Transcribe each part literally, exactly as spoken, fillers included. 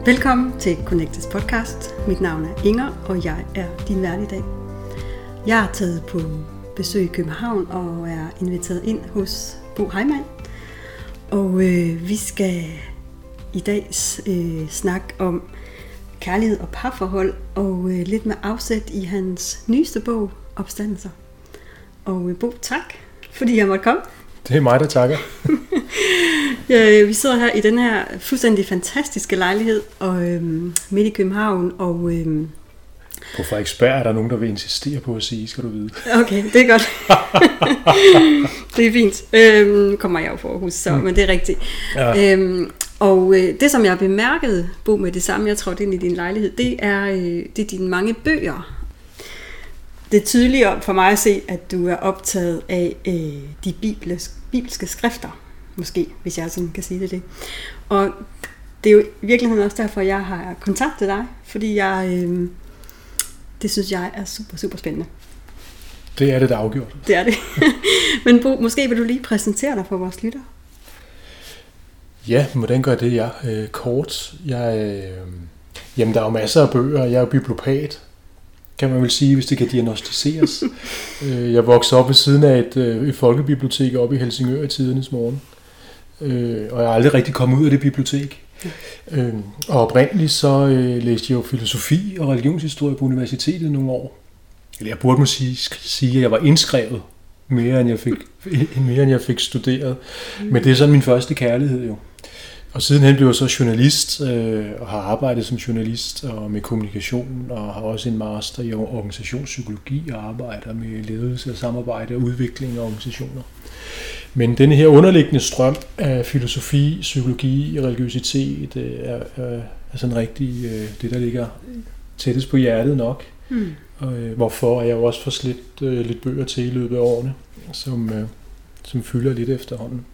Velkommen til Connectes podcast. Mit navn er Inger, og jeg er din vært i dag. Jeg er taget på besøg i København og er inviteret ind hos Bo Heimann. Og øh, vi skal i dag øh, snakke om kærlighed og parforhold, og øh, lidt med afsæt i hans nyeste bog, Opstandelser. Og øh, Bo, tak, fordi jeg måtte komme. Det er mig, der takker. Ja, vi sidder her i den her fuldstændig fantastiske lejlighed og øhm, midt i København. Og, øhm, på Frederiksberg er der nogen, der vil insistere på at sige, skal du vide. Okay, det er godt. Det er fint. Øhm, kommer jeg jo for Aarhus, så, mm. men det er rigtigt. Ja. Øhm, og øh, det, som jeg bemærkede, Bo, med det samme, jeg trådte ind i din lejlighed, det er, øh, det er dine mange bøger. Det er tydeligt for mig at se, at du er optaget af øh, de bibelske, bibelske skrifter, måske, hvis jeg sådan kan sige det det. Og det er jo i virkeligheden også derfor, jeg har kontaktet dig, fordi jeg, øh, det synes jeg er super, super spændende. Det er det, der er afgjort. Det er det. Men Bo, måske vil du lige præsentere dig for vores lytter? Ja, hvordan gør det jeg? Øh, kort. Jeg, øh, jamen, der er jo masser af bøger. Jeg er jo bibliopat, kan man vel sige, hvis det kan diagnostiseres. Jeg voksede op ved siden af et, et folkebibliotek oppe i Helsingør i tidernes morgen. Og jeg er aldrig rigtig kommet ud af det bibliotek. Og oprindeligt så læste jeg jo filosofi og religionshistorie på universitetet nogle år. Eller jeg burde måske sige, at jeg var indskrevet mere end jeg fik, mere end jeg fik studeret. Men det er sådan min første kærlighed jo. Og sidenhen blev jeg så journalist, øh, og har arbejdet som journalist og med kommunikation, og har også en master i organisationspsykologi og arbejder med ledelse og samarbejde og udvikling af organisationer. Men denne her underliggende strøm af filosofi, psykologi og religiøsitet øh, er, er, er sådan rigtig øh, det, der ligger tættest på hjertet nok. Mm. Og, øh, hvorfor jeg også får slet øh, lidt bøger til i løbet af årene, som, øh, som fylder lidt efterhånden.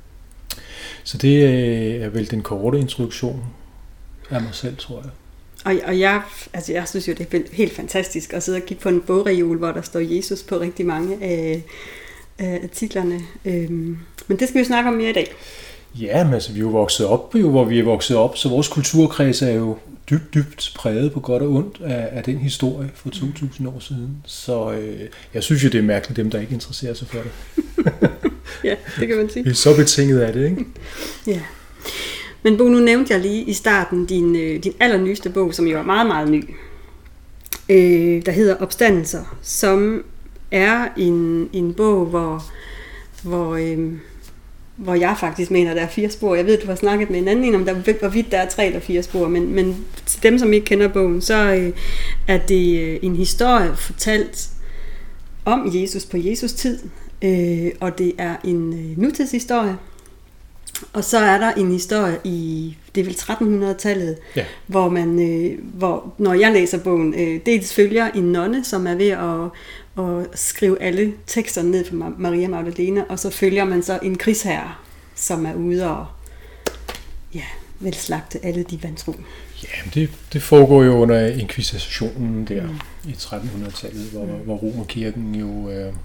Så det er vel den korte introduktion af mig selv, tror jeg. Og, og jeg, altså jeg synes jo, det er helt fantastisk at sidde og kigge på en bogreol, hvor der står Jesus på rigtig mange af, af titlerne. Øhm, men det skal vi snakke om mere i dag. Ja, men altså, vi er jo vokset op, jo, hvor vi er vokset op, så vores kulturkreds er jo dybt, dybt præget på godt og ondt af, af den historie for to tusind år siden. Så øh, jeg synes jo, det er mærkeligt, dem der ikke interesserer sig for det. Ja, det kan man sige. Vi er så betinget af det, ikke? Ja. Men Bo, nu nævnte jeg lige i starten din, din allernyeste bog, som jo er meget, meget ny, øh, der hedder Opstandelser, som er en, en bog, hvor, hvor, øh, hvor jeg faktisk mener, der er fire spor. Jeg ved, du har snakket med en anden en om, der, hvorvidt der er tre eller fire spor, men, men til dem, som ikke kender bogen, så øh, er det en historie fortalt om Jesus på Jesus tid. Øh, og det er en øh, nutidshistorie, og så er der en historie i, det er vel tretten-hundrede-tallet, ja. hvor man, øh, hvor, når jeg læser bogen, øh, dels følger en nonne, som er ved at, at skrive alle teksterne ned for Maria Magdalene, og så følger man så en krigsherre, som er ude og ja, vel slagte alle de vantro. Ja, det, det foregår jo under inkvisitionen der mm. i tretten-hundrede-tallet, hvor, mm. hvor Romerkirken jo øh,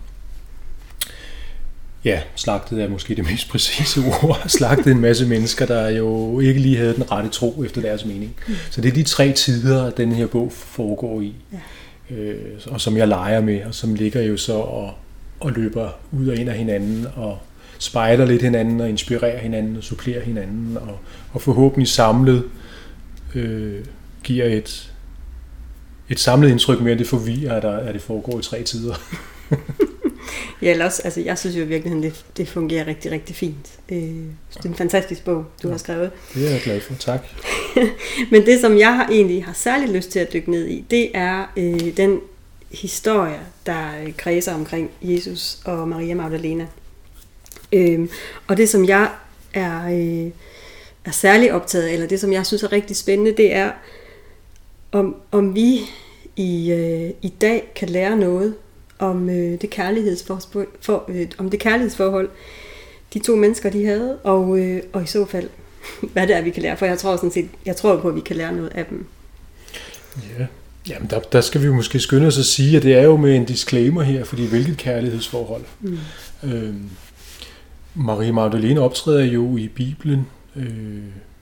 ja, slagtede er måske det mest præcise ord. Slagtede en masse mennesker, der jo ikke lige havde den rette tro efter deres mening. Mm. Så det er de tre tider, den her bog foregår i. Ja. Øh, og som jeg leger med, og som ligger jo så og, og løber ud og ind af hinanden, og spejler lidt hinanden, og inspirerer hinanden, og supplerer hinanden, og, og forhåbentlig samlet øh, giver et, et samlet indtryk mere, at det forvirrer, at, der, at det foregår i tre tider. Ja, eller også, altså jeg synes jo i virkeligheden, det, det fungerer rigtig, rigtig fint. Øh, det er en fantastisk bog, du ja, har skrevet. Det er jeg glad for, tak. Men det, som jeg har, egentlig har særlig lyst til at dykke ned i, det er øh, den historie, der kredser omkring Jesus og Maria Magdalena. Øh, og det, som jeg er, øh, er særlig optaget af, eller det, som jeg synes er rigtig spændende, det er, om, om vi i, øh, i dag kan lære noget om øh, det kærlighedsforhold, for, øh, om det kærlighedsforhold, de to mennesker de havde, og, øh, og i så fald, hvad det er, vi kan lære. For jeg tror sådan set, jeg tror på, at vi kan lære noget af dem. Ja, jamen der, der skal vi jo måske skynde os at sige, at det er jo med en disclaimer her, fordi hvilket kærlighedsforhold. Mm. Øhm, Maria Magdalene optræder jo i Bibelen øh,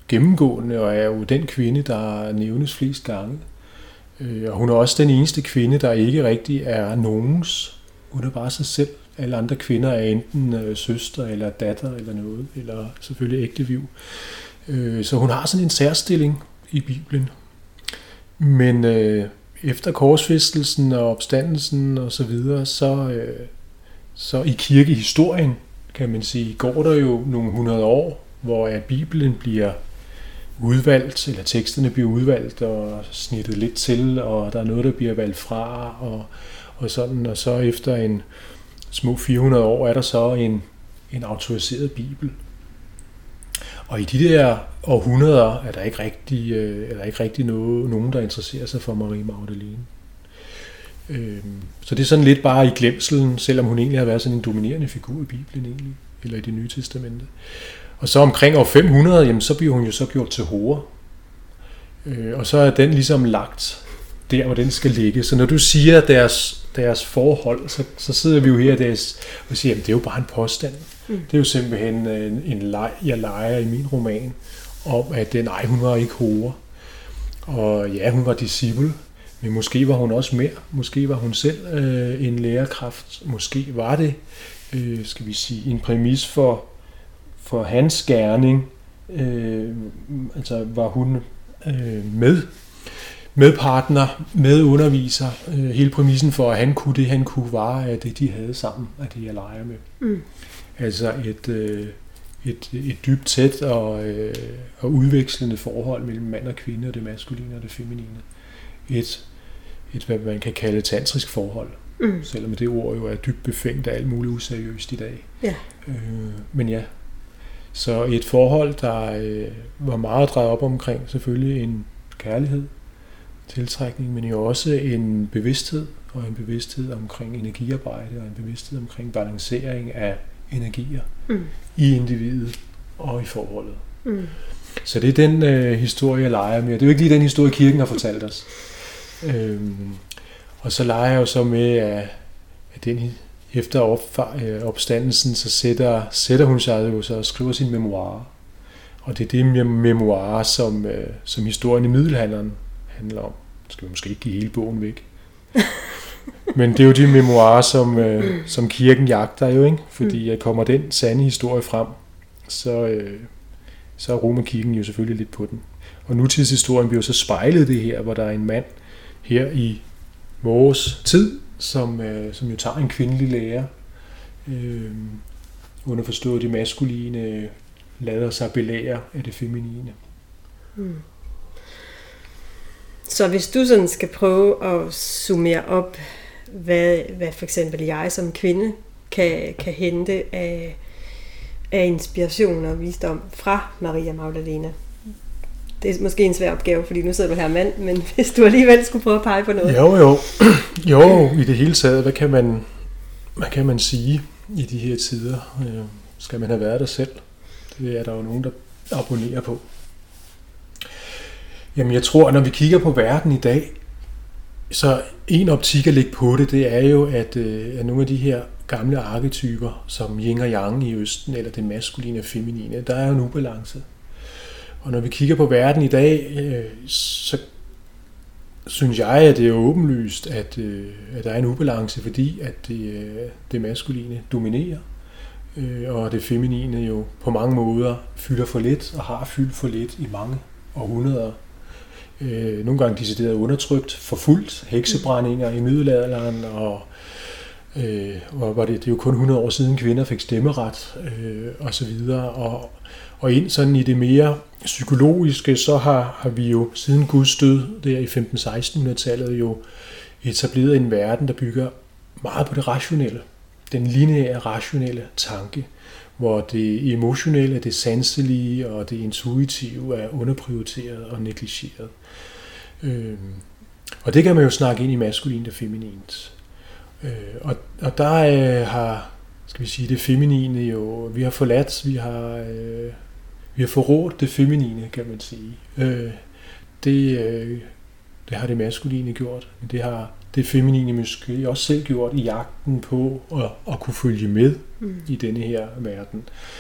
gennemgående, og er jo den kvinde, der nævnes flest gange. Øh, og hun er også den eneste kvinde, der ikke rigtig er nogens. Hun er bare sig selv. Alle andre kvinder er enten øh, søster eller datter eller noget, eller selvfølgelig ægteviv. Øh, så hun har sådan en særstilling i Bibelen. Men øh, efter korsfæstelsen og opstandelsen og så videre, så, øh, så i kirkehistorien, kan man sige, går der jo nogle hundrede år, hvor at Bibelen bliver udvalgt, eller teksterne bliver udvalgt og snittet lidt til, og der er noget, der bliver valgt fra, og, og sådan, og så efter en små fire hundrede år er der så en, en autoriseret Bibel. Og i de der århundreder er der ikke rigtig, øh, er der ikke rigtig noget, nogen, der interesserer sig for Marie Magdalene. Øhm, så det er sådan lidt bare i glemselen, selvom hun egentlig har været sådan en dominerende figur i Bibelen egentlig, eller i Det Nye Testamente. Og så omkring år fem hundrede, jamen, så bliver hun jo så gjort til hore. Øh, og så er den ligesom lagt der, hvor den skal ligge. Så når du siger deres, deres forhold, så, så sidder vi jo her deres, og siger, at det er jo bare en påstand. Mm. Det er jo simpelthen en, en leg, jeg leger i min roman, om at nej, hun var ikke hore. Og ja, hun var disciple, men måske var hun også mere. Måske var hun selv øh, en lærerkraft. Måske var det, øh, skal vi sige, en præmis for, for hans gerning. Øh, altså var hun øh, med medpartner, medunderviser. Øh, hele præmissen for, at han kunne det, han kunne, var, at det, de havde sammen, at det jeg leger med. Mm. Altså et, øh, et, et dybt tæt og, øh, og udvekslende forhold mellem mand og kvinde, og det maskuline og det feminine. Et, et hvad man kan kalde tantrisk forhold, mm. selvom det ord jo er dybt befængt af alt muligt useriøst i dag. Ja. Øh, men ja, så et forhold, der øh, var meget drejet op omkring selvfølgelig en kærlighed, tiltrækning, men jo også en bevidsthed, og en bevidsthed omkring energiarbejde, og en bevidsthed omkring balancering af energier mm. i individet og i forholdet. Mm. Så det er den øh, historie, jeg leger med. Det er jo ikke lige den historie, kirken har fortalt os. Øhm, og så leger jeg jo så med, at, at den, efter op, øh, opstandelsen, så sætter, sætter hun sig jo så og skriver sine memoirer. Og det er det memoirer, som, øh, som historien i middelalderen handler om. Det skal vi måske ikke give hele bogen væk. Men det er jo de memoirer, som, øh, som kirken jagter jo, ikke? Fordi at kommer den sande historie frem, så, øh, så rummer kirken jo selvfølgelig lidt på den. Og nutidshistorien bliver jo så spejlet det her, hvor der er en mand her i vores tid, som, øh, som jo tager en kvindelig lærer, øh, underforstået det maskuline, lader sig belære af det feminine. Mm. Så hvis du sådan skal prøve at summere op, hvad, hvad for eksempel jeg som kvinde kan, kan hente af, af inspiration og visdom fra Maria Magdalene. Det er måske en svær opgave, fordi nu sidder du her mand, men hvis du alligevel skulle prøve at pege på noget. Jo, jo. Jo, i det hele taget, hvad kan man, hvad kan man sige i de her tider? Skal man have været der selv? Det er der jo nogen, der abonnerer på. Jamen jeg tror, at når vi kigger på verden i dag, så en optik at lægge på det, det er jo, at, øh, at nogle af de her gamle arketyper, som yin og yang i Østen, eller det maskuline og feminine, der er jo en ubalance. Og når vi kigger på verden i dag, øh, så synes jeg, at det er åbenlyst, at, øh, at der er en ubalance, fordi at det, øh, det maskuline dominerer, øh, og det feminine jo på mange måder fylder for lidt, og har fyldt for lidt i mange århundreder. Øh, nogle gange decideret undertrykt, forfulgt, heksebrændinger i middelalderen, og, øh, og var det, det er jo kun hundrede år siden kvinder fik stemmeret, øh, og så videre. Og, og ind sådan i det mere psykologiske, så har, har vi jo siden Guds død, der i femten seksten hundrede-tallet, jo etableret en verden, der bygger meget på det rationelle, den lineære rationelle tanke, hvor det emotionelle, det sanselige og det intuitive er underprioriteret og negligeret. Øhm, og det kan man jo snakke ind i maskulint og feminint. Øh, og, og der øh, har, skal vi sige, det feminine jo, vi har forladt, vi har, øh, vi har forrådt det feminine, kan man sige. Øh, det, øh, det har det maskuline gjort, men det har det feminine måske også selv gjort i jagten på at, at kunne følge med mm. i denne her verden.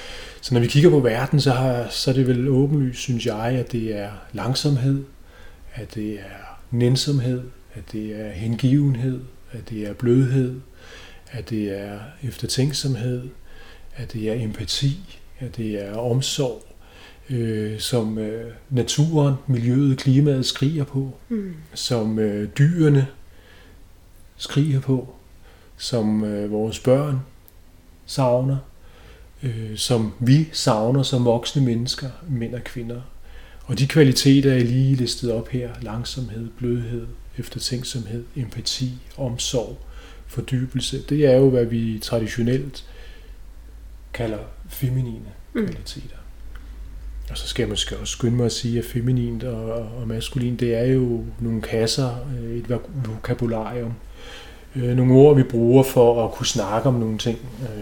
Så når vi kigger på verden, så, har, så er det vel åbenlyst, synes jeg, at det er langsomhed, at det er nænsomhed, at det er hengivenhed, at det er blødhed, at det er eftertænksomhed, at det er empati, at det er omsorg, øh, som øh, naturen, miljøet, klimaet skriger på, mm. som øh, dyrene skriger på, som øh, vores børn savner, øh, som vi savner som voksne mennesker, mænd og kvinder. Og de kvaliteter er lige listet op her: langsomhed, blødhed, eftertænksomhed, empati, omsorg, fordybelse. Det er jo, hvad vi traditionelt kalder feminine kvaliteter. Mm. Og så skal jeg måske også skynde mig at sige, at feminint og, og maskulin, det er jo nogle kasser, et vokabularium. Nogle ord, vi bruger for at kunne snakke om nogle ting.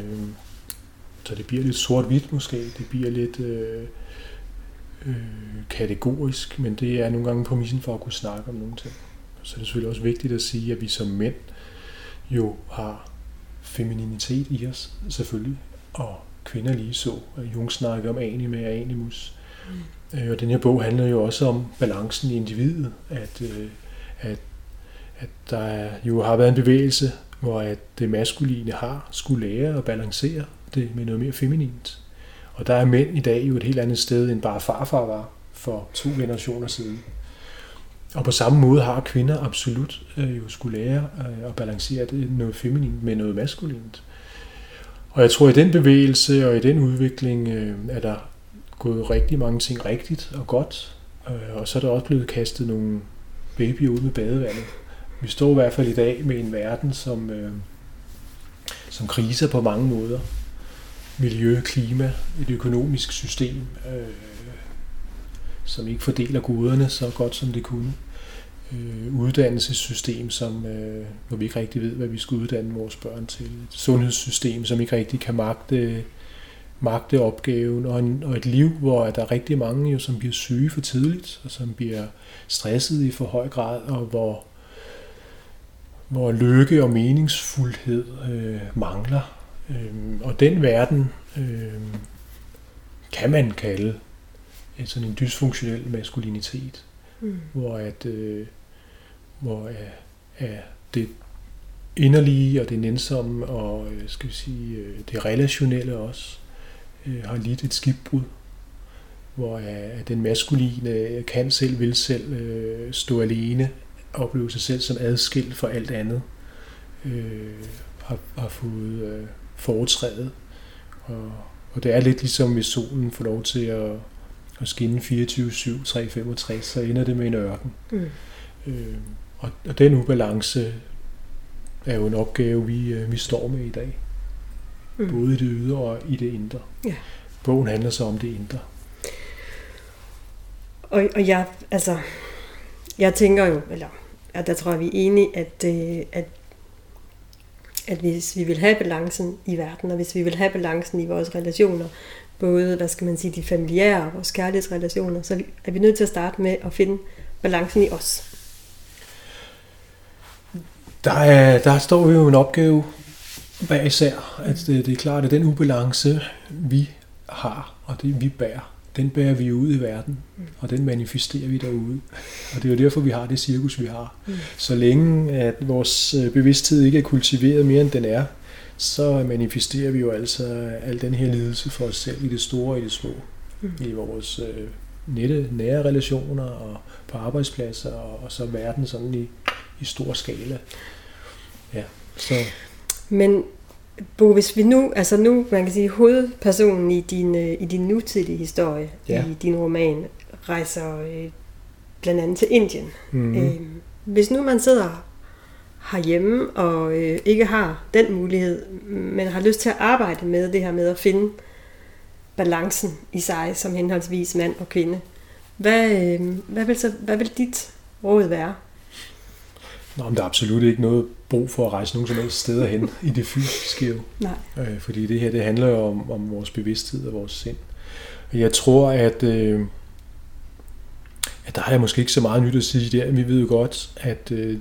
Så det bliver lidt sort-hvidt måske, det bliver lidt øh, øh, kategorisk, men det er nogle gange præmissen for at kunne snakke om nogle ting. Så det er selvfølgelig også vigtigt at sige, at vi som mænd jo har femininitet i os, selvfølgelig, og kvinder lige så. Jung snakker om anima og animus. Mm. Og den her bog handler jo også om balancen i individet, at, at, at der jo har været en bevægelse, hvor at det maskuline har skulle lære at balancere det med noget mere feminint. Og der er mænd i dag jo et helt andet sted, end bare farfar var for to generationer siden. Og på samme måde har kvinder absolut øh, jo skulle lære øh, at balancere det noget feminint med noget maskulint. Og jeg tror, at i den bevægelse og i den udvikling øh, er der gået rigtig mange ting rigtigt og godt. Øh, og så er der også blevet kastet nogle babyer ud med badevandet. Vi står i hvert fald i dag med en verden, som, øh, som kriser på mange måder. Miljø, klima, et økonomisk system, øh, som ikke fordeler goderne så godt, som det kunne. Øh, uddannelsessystem, som, øh, hvor vi ikke rigtig ved, hvad vi skal uddanne vores børn til. Et sundhedssystem, som ikke rigtig kan magte, magte opgaven. Og, en, og et liv, hvor der er rigtig mange, jo, som bliver syge for tidligt, og som bliver stresset i for høj grad, og hvor, hvor lykke og meningsfuldhed øh, mangler. Øh, og den verden øh, kan man kalde en sådan en dysfunktionel maskulinitet, mm. hvor at øh, hvor er, er det inderlige og det nænsomme og øh, skal vi sige øh, det relationelle også øh, har lidt et skibbrud, hvor øh, den maskuline kan selv vil selv øh, stå alene, opleve sig selv som adskilt fra alt andet, øh, har, har fået øh, foretrædet, og, og det er lidt ligesom hvis solen får lov til at og skinne fireogtyve syv, tre femogtres, så ender det med en ørken. Mm. Øh, og, og den ubalance er jo en opgave, vi, øh, vi står med i dag. Mm. Både i det ydre og i det indre. Ja. Bogen handler så om det indre. Og, og jeg, altså, jeg tænker jo, eller at der tror jeg, vi er enige, at, at, at hvis vi vil have balancen i verden, og hvis vi vil have balancen i vores relationer, både, hvad skal man sige, de familiære og vores kærlighedsrelationer, så er vi nødt til at starte med at finde balancen i os. Der, er, der står jo en opgave bag især, at det, det er klart, at den ubalance, vi har, og det vi bærer, den bærer vi ud i verden, og den manifesterer vi derude. Og det er jo derfor, vi har det cirkus, vi har. Mm. Så længe at vores bevidsthed ikke er kultiveret mere, end den er, så manifesterer vi jo altså al den her lidelse for os selv i det store og i det små. Mm. I vores øh, nette, nære relationer og på arbejdspladser og, og så verden sådan i, i stor skala. Ja, så. Men Bo, hvis vi nu, altså nu, man kan sige, hovedpersonen i din, i din nutidige historie, ja. I din roman, rejser øh, blandt andet til Indien. Mm. Øh, hvis nu man sidder herhjemme og øh, ikke har den mulighed, men har lyst til at arbejde med det her med at finde balancen i sig som henholdsvis mand og kvinde, hvad, øh, hvad, vil, så, hvad vil dit råd være? Nå, men der er absolut ikke noget brug for at rejse nogen som helst steder hen i det fysiske jo. Nej. Øh, fordi det her, det handler jo om, om vores bevidsthed og vores sind. Jeg tror, at, øh, at der er måske ikke så meget nyt at sige der. Vi ved jo godt, at, øh,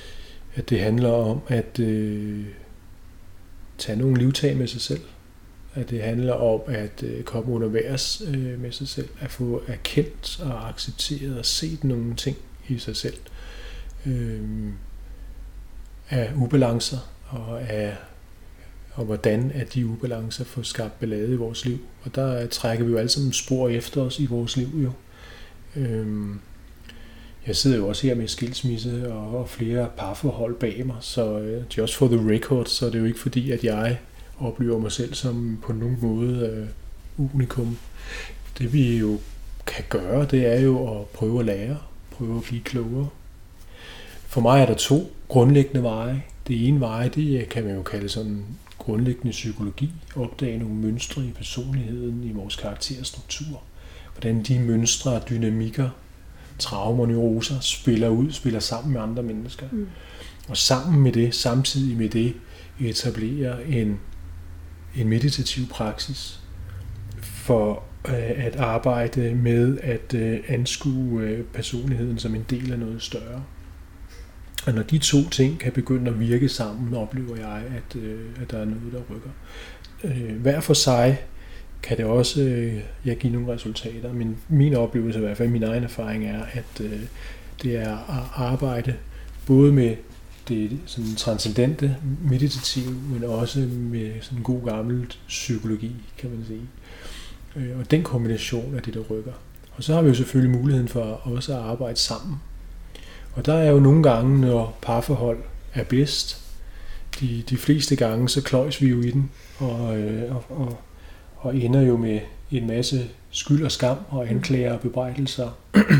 at det handler om at øh, tage nogle livtag med sig selv. At det handler om at øh, komme under værs øh, med sig selv, at få erkendt og accepteret og set nogle ting i sig selv. Øh, af ubalancer og af og hvordan at de ubalancer får skabt ballade i vores liv. Og der trækker vi jo alle sammen spor efter os i vores liv jo. Øhm, jeg sidder jo også her med skilsmisse og, og flere parforhold bag mig, så uh, just for the record, så er det jo ikke fordi, at jeg oplever mig selv som på nogen måde uh, unikum. Det vi jo kan gøre, det er jo at prøve at lære, prøve at blive klogere. For mig er der to grundlæggende veje. Det ene vej, det kan man jo kalde sådan grundlæggende psykologi, opdage nogle mønstre i personligheden, i vores karakterstruktur. Hvordan de mønstre, dynamikker, traumer, neuroser spiller ud, spiller sammen med andre mennesker. Mm. Og sammen med det, samtidig med det, etablere en, en meditativ praksis for øh, at arbejde med at øh, anskue øh, personligheden som en del af noget større. Og når de to ting kan begynde at virke sammen, oplever jeg, at, øh, at der er noget, der rykker. Øh, hver for sig kan det også øh, ja, give nogle resultater, men min oplevelse, i hvert fald min egen erfaring, er, at øh, det er at arbejde både med det sådan transcendente, meditative, men også med sådan god gammel psykologi, kan man sige. Øh, og den kombination er det, der rykker. Og så har vi jo selvfølgelig muligheden for også at arbejde sammen. Og der er jo nogle gange, når parforhold er bedst, de, de fleste gange, så kløjs vi jo i den, og, øh, og, og, og ender jo med en masse skyld og skam, og anklager og bebrejdelser.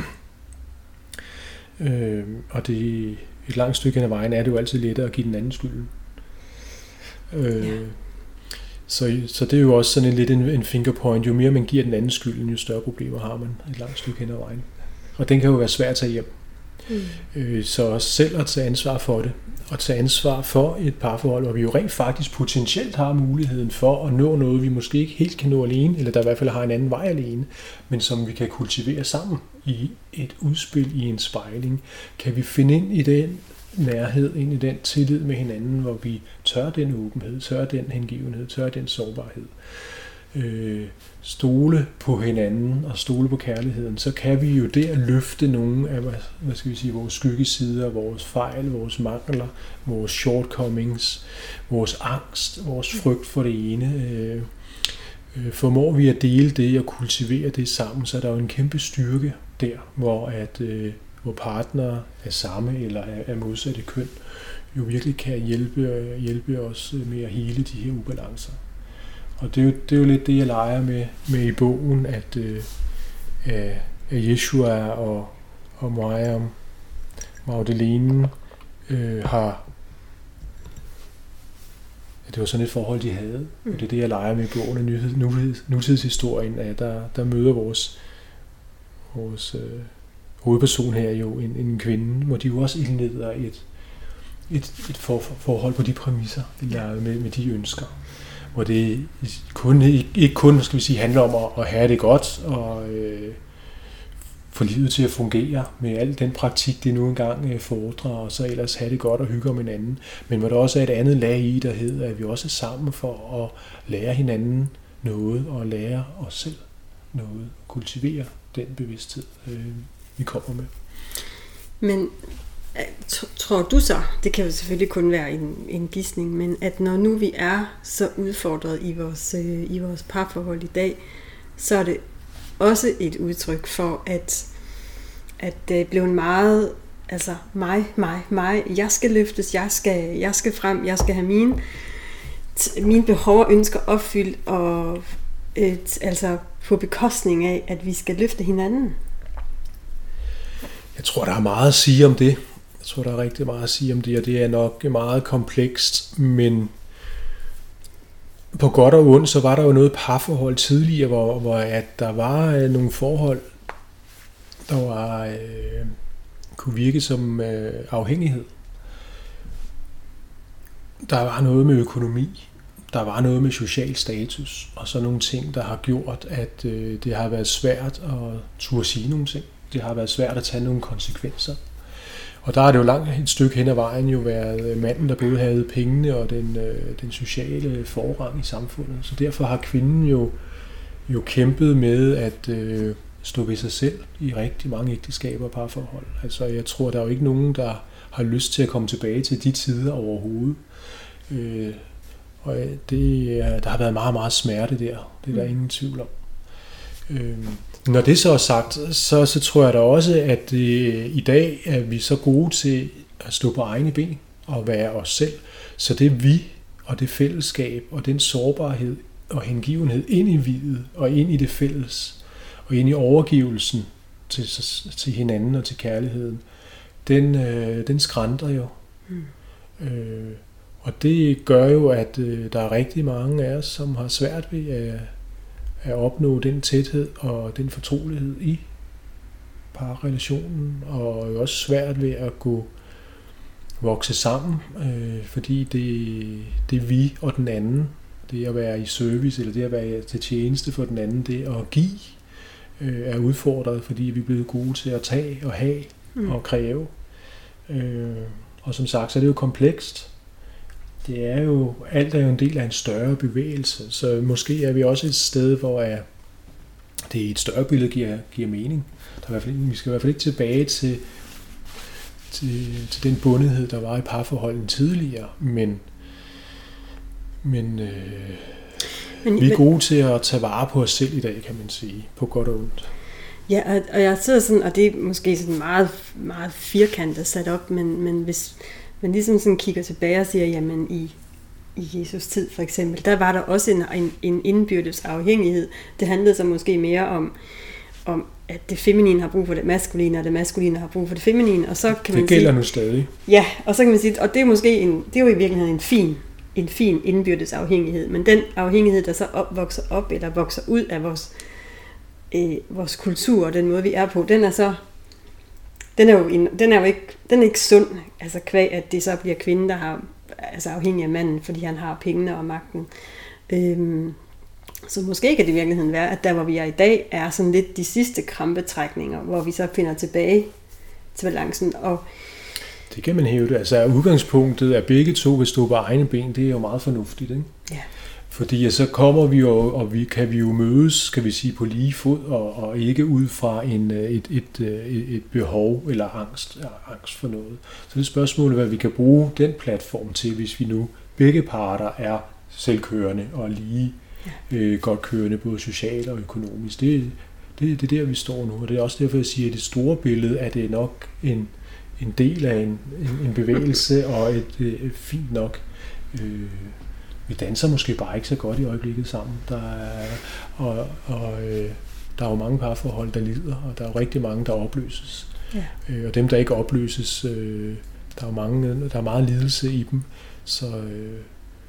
øh, og det et langt stykke af vejen er det jo altid lettere at give den anden skylden. Øh, ja. så, så det er jo også sådan en, lidt en, en fingerpoint. Jo mere man giver den anden skylden, jo større problemer har man et langt stykke hen ad vejen. Og den kan jo være svær at tage hjem. Mm. Så selv at tage ansvar for det, og tage ansvar for et parforhold, hvor vi jo rent faktisk potentielt har muligheden for at nå noget, vi måske ikke helt kan nå alene, eller der i hvert fald har en anden vej alene, men som vi kan kultivere sammen i et udspil, i en spejling. Kan vi finde ind i den nærhed, ind i den tillid med hinanden, hvor vi tør den åbenhed, tør den hengivenhed, tør den sårbarhed. Øh, stole på hinanden og stole på kærligheden, så kan vi jo der løfte nogle af hvad skal vi sige, vores skyggesider, vores fejl, vores mangler, vores shortcomings, vores angst, vores frygt for det ene. Øh, øh, formår vi at dele det og kultivere det sammen, så er der jo en kæmpe styrke der, hvor, at, øh, hvor partnere af samme eller af, af modsatte køn jo virkelig kan hjælpe, hjælpe os med at hele de her ubalancer. Og det er, jo, det er jo lidt det, jeg leger med, med i bogen, at, øh, at Yeshua og, og Mariam Magdalene øh, har... Ja, det var sådan et forhold, de havde. Mm. Og det er det, jeg leger med i bogen af nutid, nutidshistorien, at der, der møder vores, vores øh, hovedperson her jo en, en kvinde, hvor de jo også indleder et, et, et for, forhold på de præmisser, eller med, med de ønsker. Hvor det kun, ikke, ikke kun skal vi sige, handler om at, at have det godt og øh, få livet til at fungere med al den praktik, det nu engang øh, fordrer, og så ellers have det godt og hygge om hinanden. Men hvor der også er et andet lag i, der hedder, at vi også er sammen for at lære hinanden noget og lære os selv noget, kultivere den bevidsthed, øh, vi kommer med. Men tror du så, det kan jo selvfølgelig kun være en, en gidsning, men at når nu vi er så udfordret i vores, øh, i vores parforhold i dag, så er det også et udtryk for, at, at det er blevet meget, altså mig, mig, mig, jeg skal løftes, jeg skal, jeg skal frem, jeg skal have mine, mine behov og ønsker opfyldt, og et, altså på bekostning af, at vi skal løfte hinanden. Jeg tror, der er meget at sige om det. Jeg tror, der er rigtig meget at sige om det, og det er nok meget komplekst, men på godt og ondt, så var der jo noget parforhold tidligere, hvor, hvor at der var øh, nogle forhold, der var, øh, kunne virke som øh, afhængighed. Der var noget med økonomi, der var noget med social status, og så nogle ting, der har gjort, at øh, det har været svært at turde sige nogle ting. Det har været svært at tage nogle konsekvenser. Og der er det jo langt et stykke hen ad vejen jo været manden, der både havde pengene og den, den sociale forrang i samfundet. Så derfor har kvinden jo, jo kæmpet med at øh, stå ved sig selv i rigtig mange ægteskaber og parforhold. Altså jeg tror, der er jo ikke nogen, der har lyst til at komme tilbage til de tider overhovedet. Øh, og det, der har været meget, meget smerte der. Det er der ingen tvivl om. Øh, Når det så er sagt, så, så tror jeg da også, at øh, i dag er vi så gode til at stå på egne ben og være os selv. Så det vi og det fællesskab og den sårbarhed og hengivenhed ind i livet og ind i det fælles og ind i overgivelsen til, til hinanden og til kærligheden, den, øh, den skrænter jo. Mm. Øh, og det gør jo, at øh, der er rigtig mange af os, som har svært ved at at opnå den tæthed og den fortrolighed i parrelationen, og også svært ved at gå vokse sammen, øh, fordi det, det er vi og den anden, det at være i service, eller det at være til tjeneste for den anden, det at give, øh, er udfordret, fordi vi er blevet gode til at tage og have mm. og kræve. Øh, og som sagt, så er det jo komplekst. Det er jo, alt er jo en del af en større bevægelse, så måske er vi også et sted, hvor er, det i et større billede giver, giver mening. Der er i hvert fald, vi skal i hvert fald ikke tilbage til, til, til den bundethed, der var i parforholden tidligere, men, men, øh, men vi er gode til at tage vare på os selv i dag, kan man sige, på godt og ondt. Ja, og, og jeg sidder sådan, og det er måske sådan meget, meget firkantet sat op, men, men hvis man ligesom sådan kigger tilbage og siger, jamen i, i Jesus tid for eksempel, der var der også en, en, en indbyrdes afhængighed. Det handlede så måske mere om, om, at det feminine har brug for det maskuline, og det maskuline har brug for det feminine, og så kan man det gælder sige, nu stadig. Ja, og så kan man sige, og det er måske en, det er jo i virkeligheden en fin, en fin indbyrdes afhængighed, men den afhængighed, der så op, vokser op eller vokser ud af vores, øh, vores kultur og den måde vi er på, den er så Den er, jo en, den er jo ikke, den er ikke sund, altså kvæg, at det så bliver kvinden, der har, altså afhængig af manden, fordi han har pengene og magten. Øhm, så måske kan det i virkeligheden være, at der hvor vi er i dag, er sådan lidt de sidste krampetrækninger, hvor vi så finder tilbage til balancen. Og det kan man hæve det. Altså udgangspunktet, at begge to vil stå på egne ben, det er jo meget fornuftigt, ikke? Ja. Fordi så kommer vi jo, og vi kan vi jo mødes, skal vi sige, på lige fod, og, og ikke ud fra en, et, et, et, et behov eller angst, angst for noget. Så det er spørgsmålet, hvad vi kan bruge den platform til, hvis vi nu begge parter er selvkørende og lige ja. øh, godt kørende, både socialt og økonomisk. Det, det, det er der, vi står nu, og det er også derfor, jeg siger, at det store billede er det nok en, en del af en, en, en bevægelse og et, et fint nok øh, vi danser måske bare ikke så godt i øjeblikket sammen. Der er, og, og øh, der er jo mange parforhold, der lider, og der er jo rigtig mange, der opløses. Ja. Øh, og dem, der ikke opløses, øh, der er jo mange, der er meget lidelse i dem. Så øh,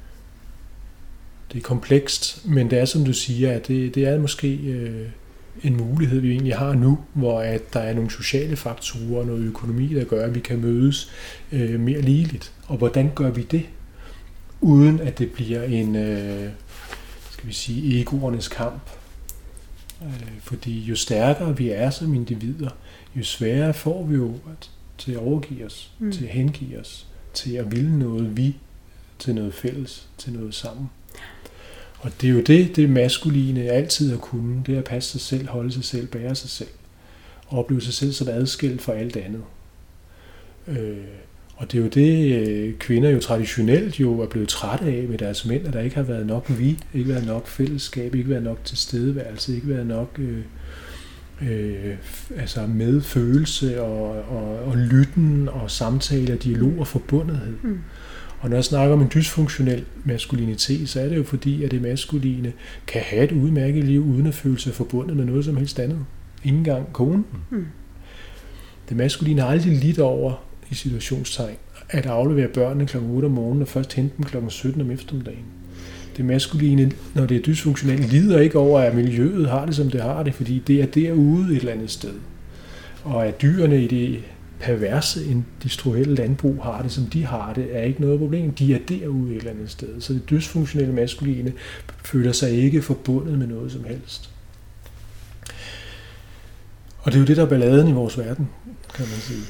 det er komplekst, men det er, som du siger, at det, det er måske øh, en mulighed, vi egentlig har nu, hvor at der er nogle sociale faktorer og noget økonomi, der gør, at vi kan mødes øh, mere ligeligt. Og hvordan gør vi det? Uden at det bliver en, øh, skal vi sige, egoernes kamp. Øh, fordi jo stærkere vi er som individer, jo sværere får vi jo at, til at overgive os, mm. til at hengive os, til at ville noget vi, til noget fælles, til noget sammen. Og det er jo det, det maskuline altid har kunnet, det er at passe sig selv, holde sig selv, bære sig selv, og opleve sig selv som adskilt fra alt andet. Øh, Og det er jo det, kvinder jo traditionelt jo er blevet trætte af med deres mænd, at der ikke har været nok vi, ikke været nok fællesskab, ikke været nok tilstedeværelse, ikke været nok øh, øh, altså medfølelse og, og, og lytten og samtale og dialog og forbundethed. Mm. Og når jeg snakker om en dysfunktionel maskulinitet, så er det jo fordi, at det maskuline kan have et udmærket liv uden at føle sig forbundet med noget som helst andet. Ingen gang konen. Mm. Det maskuline har aldrig lidt over i situationstegn, at aflevere børnene klokken otte om morgenen og først hente dem klokken sytten om eftermiddagen. Det maskuline, når det er dysfunktionelt, lider ikke over, at miljøet har det, som det har det, fordi det er derude et eller andet sted. Og at dyrene i det perverse, industrielle landbrug har det, som de har det, er ikke noget problem. De er derude et eller andet sted. Så det dysfunktionelle maskuline føler sig ikke forbundet med noget som helst. Og det er jo det, der er balladen i vores verden, kan man sige.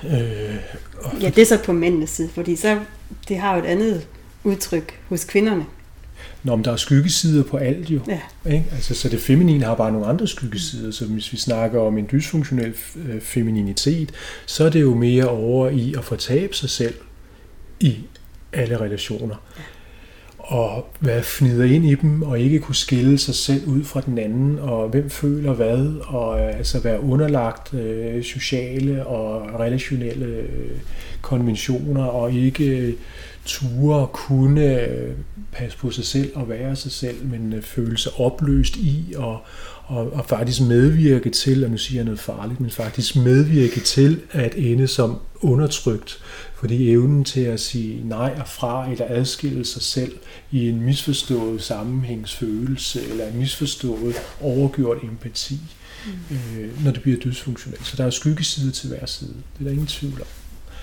Øh, og Ja, det er så på mændenes side, fordi så, det har jo et andet udtryk hos kvinderne. Nå, men der er skyggesider på alt jo. Ja. Ikke? Altså, så det feminine har bare nogle andre skyggesider. Så hvis vi snakker om en dysfunktionel øh, femininitet, så er det jo mere over i at fortabe sig selv i alle relationer. Ja. Og være fnider ind i dem, og ikke kunne skille sig selv ud fra den anden, og hvem føler hvad, og øh, altså være underlagt øh, sociale og relationelle øh, konventioner, og ikke øh, ture kunne øh, passe på sig selv og være sig selv, men øh, føle sig opløst i, og, og, og faktisk medvirke til, og nu siger jeg noget farligt, men faktisk medvirke til at ende som undertrykt, fordi evnen til at sige nej og fra, eller adskille sig selv i en misforstået sammenhængsfølelse, eller en misforstået overgjort empati, mm. øh, når det bliver dysfunktionelt. Så der er skyggeside til hver side. Det er der ingen tvivl om.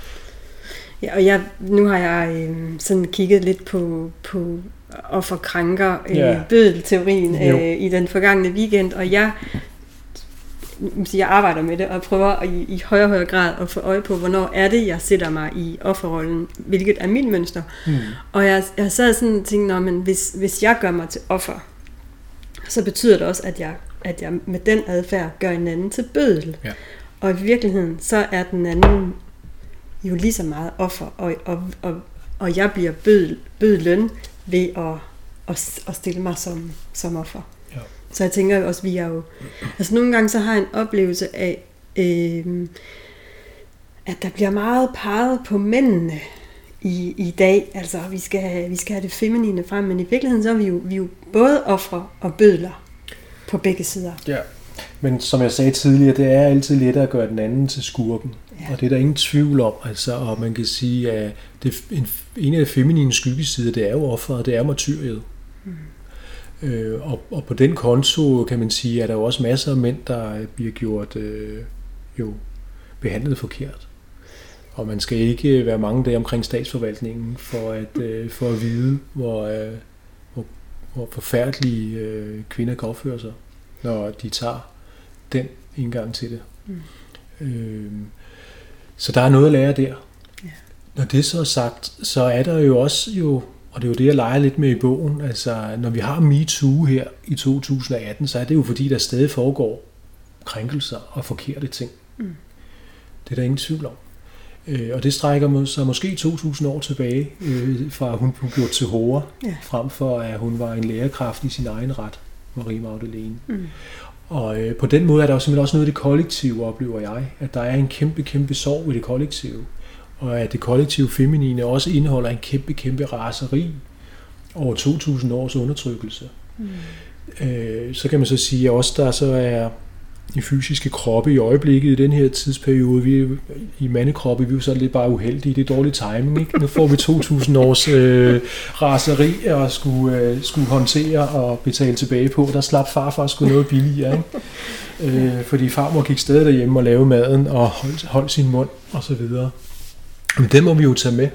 Ja, og jeg, nu har jeg øh, sådan kigget lidt på, på offerkrænker, øh, Ja. bødelteorien øh, i den forgangne weekend, og jeg, jeg arbejder med det, og prøver i, i højere og højere grad at få øje på, hvornår er det, jeg sætter mig i offerrollen, hvilket er mit mønster. Mm. Og jeg, jeg sad sådan og tænkte, men hvis, hvis jeg gør mig til offer, så betyder det også, at jeg, at jeg med den adfærd gør en anden til bødel. Ja. Og i virkeligheden, så er den anden jo lige så meget offer, og, og, og, og jeg bliver bødel, bødlen ved at, at, at stille mig som, som offer. Ja. Så jeg tænker også, vi er jo... Altså nogle gange så har jeg en oplevelse af, øh, at der bliver meget peget på mændene i, i dag. Altså vi skal, have, vi skal have det feminine frem, men i virkeligheden så er vi jo, vi er jo både ofre og bødler på begge sider. Ja. Men som jeg sagde tidligere, det er altid lettere at gøre den anden til skurken. Ja. Og det er der ingen tvivl om. Altså, og man kan sige, at det, en, en af de feminine skyggesider, det er jo offeret, det er martyriet. Mm. Øh, og, og på den konto kan man sige, at der er jo også masser af mænd, der bliver gjort øh, jo behandlet forkert. Og man skal ikke være mange dage omkring statsforvaltningen for at, øh, for at vide, hvor, øh, hvor, hvor forfærdelige øh, kvinder kan opføre sig, når de tager den indgang til det. Mm. Øh, så der er noget at lære der. Ja. Når det så er sagt, så er der jo også jo, og det er jo det, jeg leger lidt med i bogen, altså når vi har MeToo her i to tusind atten, så er det jo fordi, der stadig foregår krænkelser og forkerte ting. Mm. Det er der ingen tvivl om. Øh, og det strækker sig måske to tusind år tilbage, øh, fra at hun blev gjort til hore, ja. Frem for at hun var en lærerkraft i sin egen ret, Marie Magdalene. Mm. Og øh, på den måde er der jo simpelthen også noget i det kollektive, oplever jeg, at der er en kæmpe, kæmpe sorg i det kollektive. Og at det kollektive feminine også indeholder en kæmpe, kæmpe raseri over to tusind års undertrykkelse. Mm. Øh, så kan man så sige, at også der så er i fysiske kroppe i øjeblikket i den her tidsperiode, vi i mandekroppe, vi er jo så lidt bare uheldige, det er dårlig timing, ikke? Nu får vi to tusind års øh, raseri at skulle, øh, skulle håndtere og betale tilbage på. Der slap farfar sgu noget billigere, ikke? Øh, fordi farmor gik stadig derhjemme og lavede maden og holdt, holdt sin mund og så videre. Men det må vi jo tage med.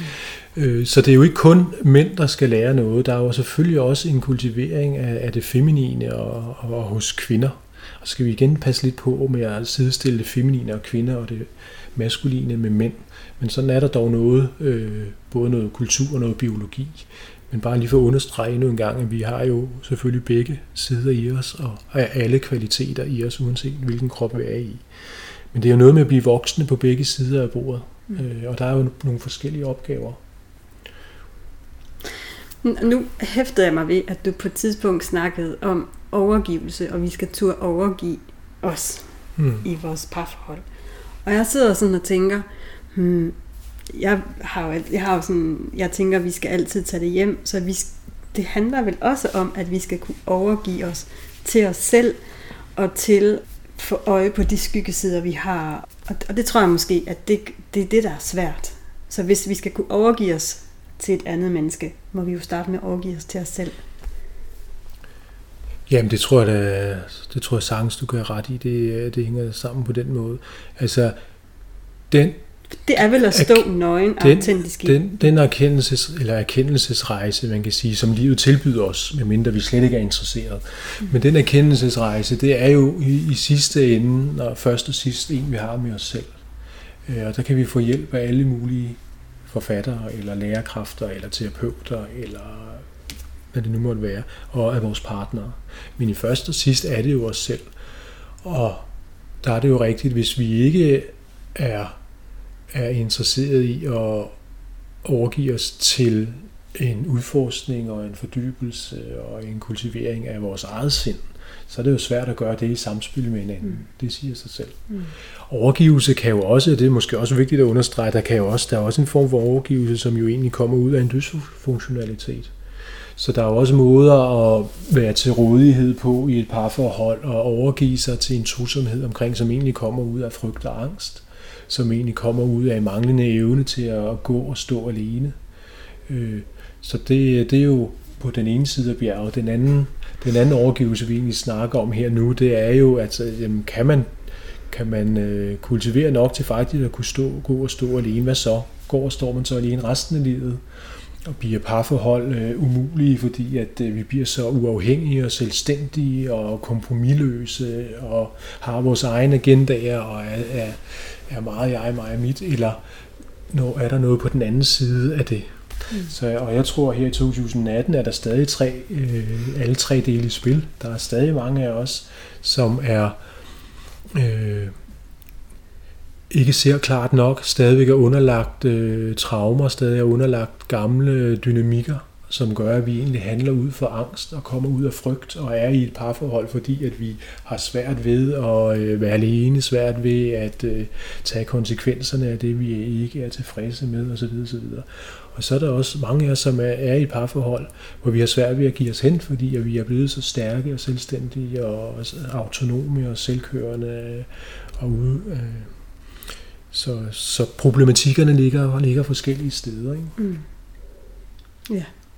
Øh, så det er jo ikke kun mænd, der skal lære noget. Der er jo selvfølgelig også en kultivering af, af det feminine og, og, og hos kvinder. Og så skal vi igen passe lidt på med at sidestille det feminine og kvinder og det maskuline med mænd. Men sådan er der dog noget, øh, både noget kultur og noget biologi. Men bare lige for at understrege endnu en gang, at vi har jo selvfølgelig begge sider i os, og alle kvaliteter i os, uanset hvilken krop vi er i. Men det er jo noget med at blive voksne på begge sider af bordet. Mm. Øh, og der er jo nogle forskellige opgaver. Nu hæftede jeg mig ved, at du på et tidspunkt snakkede om overgivelse, og vi skal turde overgive os hmm. i vores parforhold. Og jeg sidder sådan og tænker, hmm, jeg har jo, jeg har jo sådan, jeg tænker, at vi skal altid tage det hjem, så vi, det handler vel også om, at vi skal kunne overgive os til os selv, og til få øje på de skyggesider, vi har. Og, og det tror jeg måske, at det, det er det, der er svært. Så hvis vi skal kunne overgive os til et andet menneske, må vi jo starte med at overgive os til os selv. Jamen det tror jeg da, det tror jeg sagtens du kan have ret i, det, det hænger sammen på den måde. Altså den det er vel at stå er, nøgen og autentisk i. Den, den erkendelses, eller erkendelsesrejse, man kan sige, som livet tilbyder os, medmindre vi slet ikke er interesseret. Mm. Men den erkendelsesrejse, det er jo i, i sidste ende, og først og sidst en, vi har med os selv. Øh, og der kan vi få hjælp af alle mulige forfattere, eller lærerkræfter, eller terapeuter, eller hvad det nu måtte være, og af vores partnere. Men i første og sidst er det jo os selv. Og der er det jo rigtigt, hvis vi ikke er, er interesseret i at overgive os til en udforskning og en fordybelse og en kultivering af vores eget sind, så er det jo svært at gøre det i samspil med hinanden. Mm. Det siger sig selv. Mm. Overgivelse kan jo også, det er måske også vigtigt at understrege, der kan jo også, der er også en form for overgivelse, som jo egentlig kommer ud af en dysfunktionalitet. Så der er jo også måder at være til rådighed på i et parforhold og overgive sig til en trosomhed omkring, som egentlig kommer ud af frygt og angst, som egentlig kommer ud af en manglende evne til at gå og stå alene. Så det, det er jo på den ene side af bjerget. Den anden, den anden overgivelse, vi egentlig snakker om her nu, det er jo, at jamen, kan man, kan man øh, kultivere nok til faktisk at kunne stå, gå og stå alene? Hvad så? Går og står man så alene resten af livet? Og bliver parforhold øh, umulige, fordi at øh, vi bliver så uafhængige og selvstændige og kompromisløse og har vores egne agendaer og er, er, er meget jeg, mig og mit, eller når er der noget på den anden side af det? Mm. Så, og jeg tror, at her i to tusind atten er der stadig tre, øh, alle tre dele i spil. Der er stadig mange af os, som er øh, ikke ser klart nok, stadigvæk er underlagt øh, traumer, stadig er underlagt gamle dynamikker, som gør, at vi egentlig handler ud for angst og kommer ud af frygt og er i et parforhold, fordi at vi har svært ved at øh, være alene, svært ved at øh, tage konsekvenserne af det, vi ikke er tilfredse med osv. osv. Og så er der også mange af os, som er, er i et parforhold, hvor vi har svært ved at give os hen, fordi at vi er blevet så stærke og selvstændige og autonome og selvkørende og ude. Øh. Så, så problematikkerne ligger, ligger forskellige steder. Ikke? Mm. Ja.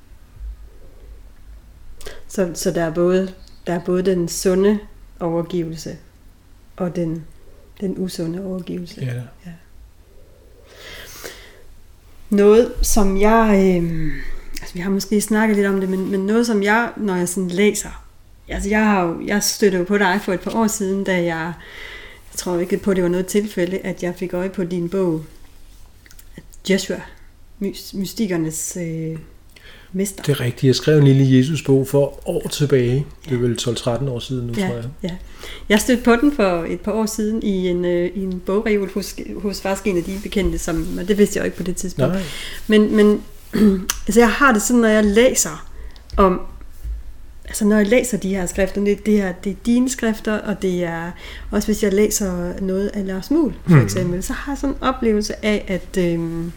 Så, så der, er både, der er både den sunde overgivelse og den, den usunde overgivelse. Ja. Ja. Noget, som jeg... Øh, altså vi har måske snakket lidt om det, men, men noget, som jeg, når jeg sådan læser... Altså jeg, har jo, jeg støttede jo på dig for et par år siden, da jeg... Jeg tror ikke på, det var noget tilfælde, at jeg fik øje på din bog, Jeshua, mystikernes øh, mester. Det er rigtigt. Jeg skrev en lille Jesus-bog for år tilbage. Det er vel tolv tretten år siden nu, ja, tror jeg. Ja. Jeg stødte på den for et par år siden i en, øh, i en bogreol hos, hos faktisk en af dine bekendte, som, og det vidste jeg jo ikke på det tidspunkt. Nej. Men, men altså jeg har det sådan, når jeg læser om, altså når jeg læser de her skrifter, det, det, er, det er dine skrifter, og det er også hvis jeg læser noget af Lars Muhl, for eksempel, mm. så har jeg sådan en oplevelse af, at, øhm,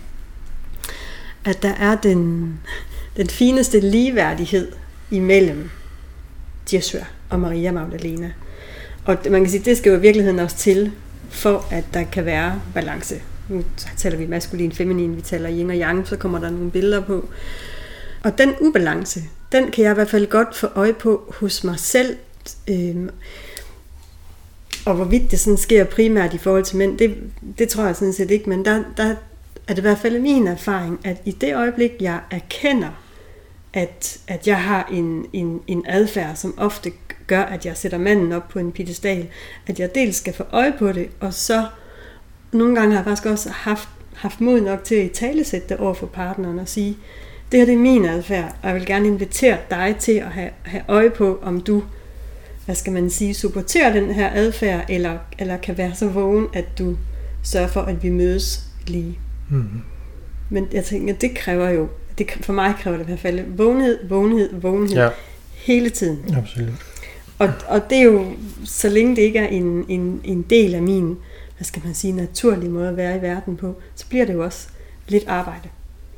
at der er den, den fineste ligeværdighed imellem Jeshua og Maria Magdalena. Og man kan sige, det skal jo i virkeligheden også til, for at der kan være balance. Nu taler vi maskulin, feminin, vi taler yin og yang, så kommer der nogle billeder på. Og den ubalance, den kan jeg i hvert fald godt få øje på hos mig selv. Øhm, og hvorvidt det sådan sker primært i forhold til mænd, det, det tror jeg sådan set ikke, men der, der er det i hvert fald min erfaring, at i det øjeblik, jeg erkender, at, at jeg har en, en, en adfærd, som ofte gør, at jeg sætter manden op på en piedestal, at jeg dels skal få øje på det, og så nogle gange har jeg faktisk også haft, haft mod nok til at italesætte det over for partneren og sige, det her det er min adfærd, og jeg vil gerne invitere dig til at have, have øje på, om du, hvad skal man sige, supporterer den her adfærd, eller, eller kan være så vågen, at du sørger for, at vi mødes lige. Mm-hmm. Men jeg tænker, det kræver jo, det, for mig kræver det i hvert fald vågenhed, vågenhed, vågenhed, ja. Hele tiden. Absolut. Og, og det er jo, så længe det ikke er en, en, en del af min, hvad skal man sige, naturlige måde at være i verden på, så bliver det jo også lidt arbejde.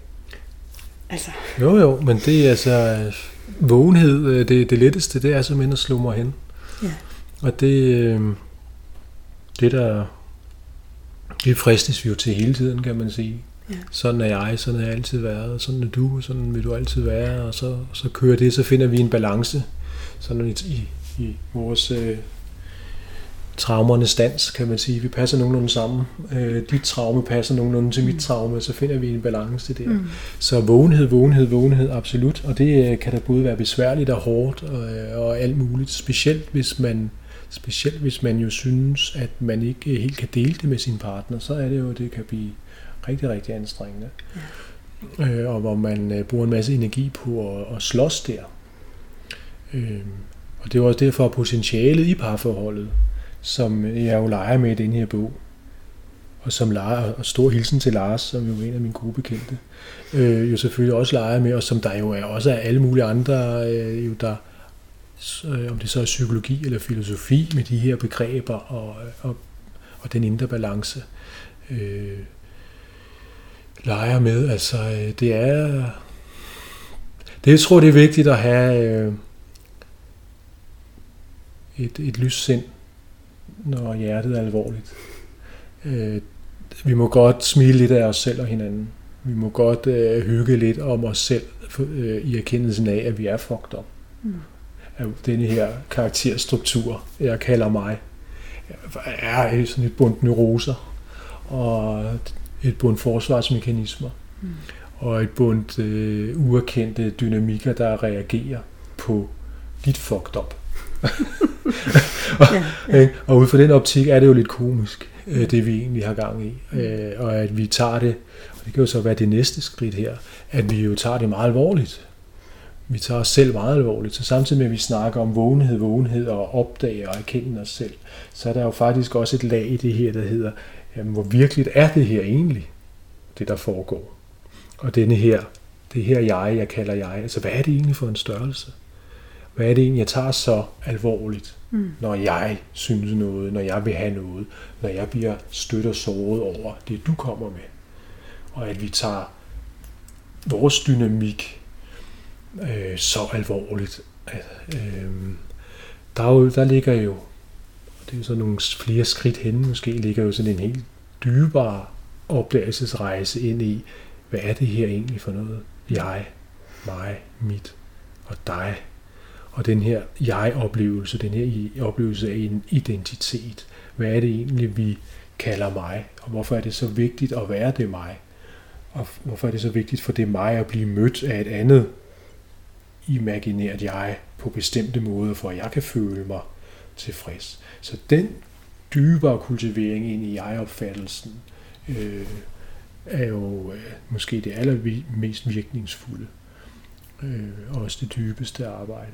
Altså. Jo jo, men det er altså vågenhed, det, det letteste, det er simpelthen at slå mig hen. Ja. Og det, det der, det fristes vi jo til hele tiden, kan man sige. Ja. Sådan er jeg, sådan har jeg altid været, sådan er du, sådan vil du altid være, og så, så kører det, så finder vi en balance, sådan i, i, i vores øh, traumernes dans, kan man sige. Vi passer nogenlunde sammen. Øh, dit traume passer nogenlunde til mit traume, så finder vi en balance der. Mm. Så vågenhed, vågenhed, vågenhed, absolut. Og det kan da både være besværligt og hårdt og, og alt muligt. Specielt hvis man specielt hvis man jo synes, at man ikke helt kan dele det med sin partner, så er det jo, det kan blive rigtig, rigtig anstrengende. Ja. Øh, og hvor man øh, bruger en masse energi på at, at slås der. Øh, og det er også derfor potentialet i parforholdet, som jeg jo leger med i den her bog, og som leger, og stor hilsen til Lars, som jo er en af mine gode bekendte, øh, jo selvfølgelig også leger med, og som der jo er også er alle mulige andre, øh, jo der, øh, om det så er psykologi eller filosofi, med de her begreber og, og, og den indre balance, øh, leger med. Altså, øh, det er, det jeg tror, det er vigtigt at have øh, et, et lyssind, når hjertet er alvorligt. Øh, vi må godt smile lidt af os selv og hinanden. Vi må godt øh, hygge lidt om os selv øh, i erkendelsen af, at vi er fucked up. Mm. Af denne her karakterstruktur, jeg kalder mig, er sådan et bundt neuroser og et bundt forsvarsmekanismer mm. og et bundt øh, uerkendte dynamikker, der reagerer på dit fucked up. og, ja, ja. og ud fra den optik er det jo lidt komisk, det vi egentlig har gang i, mm. og at vi tager det, og det kan jo så være det næste skridt her, at vi jo tager det meget alvorligt. Vi tager os selv meget alvorligt, så samtidig med at vi snakker om vågenhed, vågenhed og opdage og erkende os selv, så er der jo faktisk også et lag i det her, der hedder, jamen, hvor virkeligt er det her egentlig, det der foregår. Og denne her, det her jeg, jeg kalder jeg, altså hvad er det egentlig for en størrelse? Hvad er det egentlig, jeg tager så alvorligt, mm. når jeg synes noget, når jeg vil have noget, når jeg bliver stødt og såret over det, du kommer med. Og at vi tager vores dynamik øh, så alvorligt. At, øh, der, er jo, der ligger jo, det er jo sådan nogle flere skridt henne, måske ligger jo sådan en helt dybere opdagelsesrejse ind i, hvad er det her egentlig for noget? Jeg, mig, mit og dig. Og den her jeg-oplevelse, den her oplevelse af en identitet. Hvad er det egentlig, vi kalder mig? Og hvorfor er det så vigtigt at være det mig? Og hvorfor er det så vigtigt for det mig at blive mødt af et andet imaginært jeg på bestemte måder, for at jeg kan føle mig tilfreds? Så den dybere kultivering ind i jeg-opfattelsen øh, er jo øh, måske det allermest virkningsfulde. Øh, også det dybeste arbejde.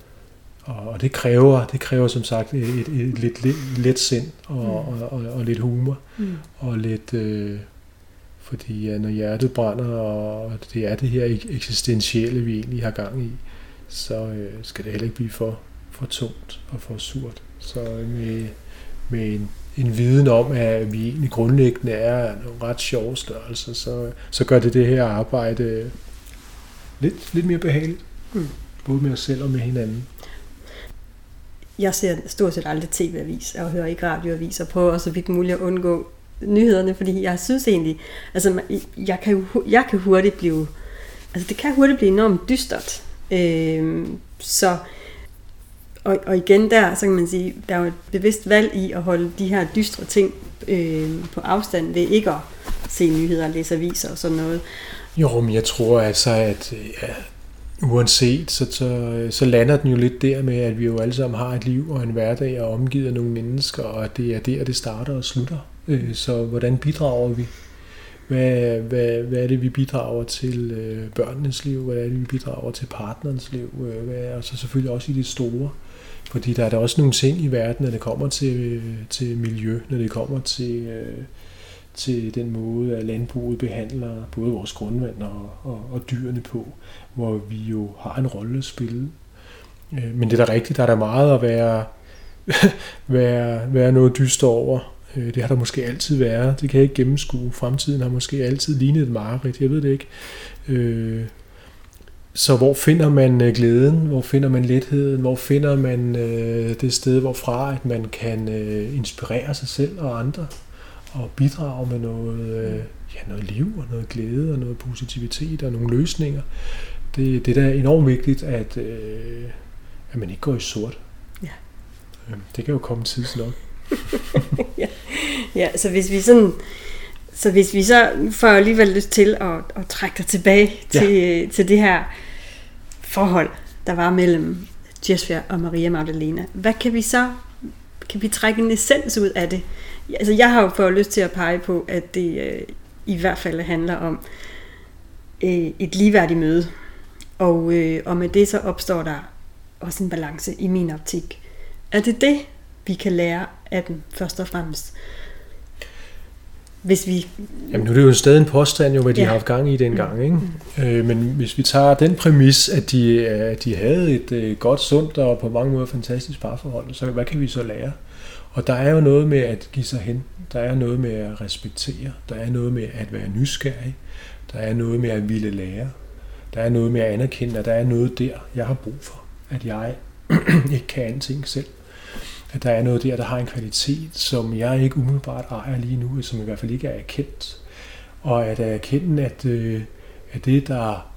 Og det kræver, det kræver som sagt et, et, et lidt let, let sind og, mm. og, og, og lidt humor mm. og lidt, øh, fordi ja, når hjertet brænder og det er det her eksistentielle vi egentlig har gang i, så øh, skal det heller ikke blive for, for tungt og for surt. Så med, med en, en viden om, at vi egentlig grundlæggende er nogle ret sjove størrelser, så, så gør det det her arbejde lidt, lidt mere behageligt. Mm. Både med os selv og med hinanden. Jeg ser stort set aldrig tv-avis og hører ikke radioavis og prøver så vidt muligt at undgå nyhederne, fordi jeg synes egentlig, altså jeg kan, jo, jeg kan hurtigt blive, altså det kan hurtigt blive enormt dystert. Øh, så, og, og igen der, så kan man sige, der er jo et bevidst valg i at holde de her dystre ting øh, på afstand ved ikke at se nyheder, læse aviser og sådan noget. Jo, men jeg tror altså, at ja, uanset, så, så, så lander den jo lidt der med, at vi jo alle sammen har et liv og en hverdag og omgivet af nogle mennesker, og det er der, det starter og slutter. Så hvordan bidrager vi? Hvad, hvad, hvad er det, vi bidrager til øh, børnenes liv? Hvad er det, vi bidrager til partnerens liv? Hvad, og så selvfølgelig også i det store. Fordi der er der også nogle ting i verden, når det kommer til, til miljø, når det kommer til... Øh, til den måde, at landbruget behandler både vores grundvand og, og, og dyrene på, hvor vi jo har en rolle at spille. Men det er da rigtigt, der er der meget at være, være, være noget dyster over. Det har der måske altid været. Det kan jeg ikke gennemskue. Fremtiden har måske altid lignet et mareridt. Jeg ved det ikke. Så hvor finder man glæden? Hvor finder man letheden? Hvor finder man det sted, hvorfra at man kan inspirere sig selv og andre? Og bidrage med noget, ja, noget liv og noget glæde og noget positivitet og nogle løsninger. Det, det er da enormt vigtigt, at, øh, at man ikke går i sort. Ja. Det kan jo komme tids nok. ja. ja, så hvis vi sådan, så hvis vi så får alligevel lyst til at, at trække dig tilbage til, ja. til det her forhold, der var mellem Jesper og Maria Magdalena. Hvad kan vi så kan vi trække en essens ud af det? Altså jeg har jo fået lyst til at pege på, at det øh, i hvert fald handler om øh, et ligeværdigt møde. Og, øh, og med det så opstår der også en balance i min optik. Er det det, vi kan lære af dem først og fremmest? Hvis vi... Jamen nu er det jo stadig en påstand, jo, hvad de Ja. har haft gang i dengang. Ikke? Mm. Øh, men hvis vi tager den præmis, at de, at de havde et øh, godt, sundt og på mange måder fantastisk parforhold, så hvad kan vi så lære? Og der er jo noget med at give sig hen. Der er noget med at respektere. Der er noget med at være nysgerrig. Der er noget med at ville lære. Der er noget med at anerkende, at der er noget der, jeg har brug for. At jeg ikke kan alting selv. At der er noget der, der har en kvalitet, som jeg ikke umiddelbart ejer lige nu, som i hvert fald ikke er erkendt. Og at erkende, at, øh, at det, der,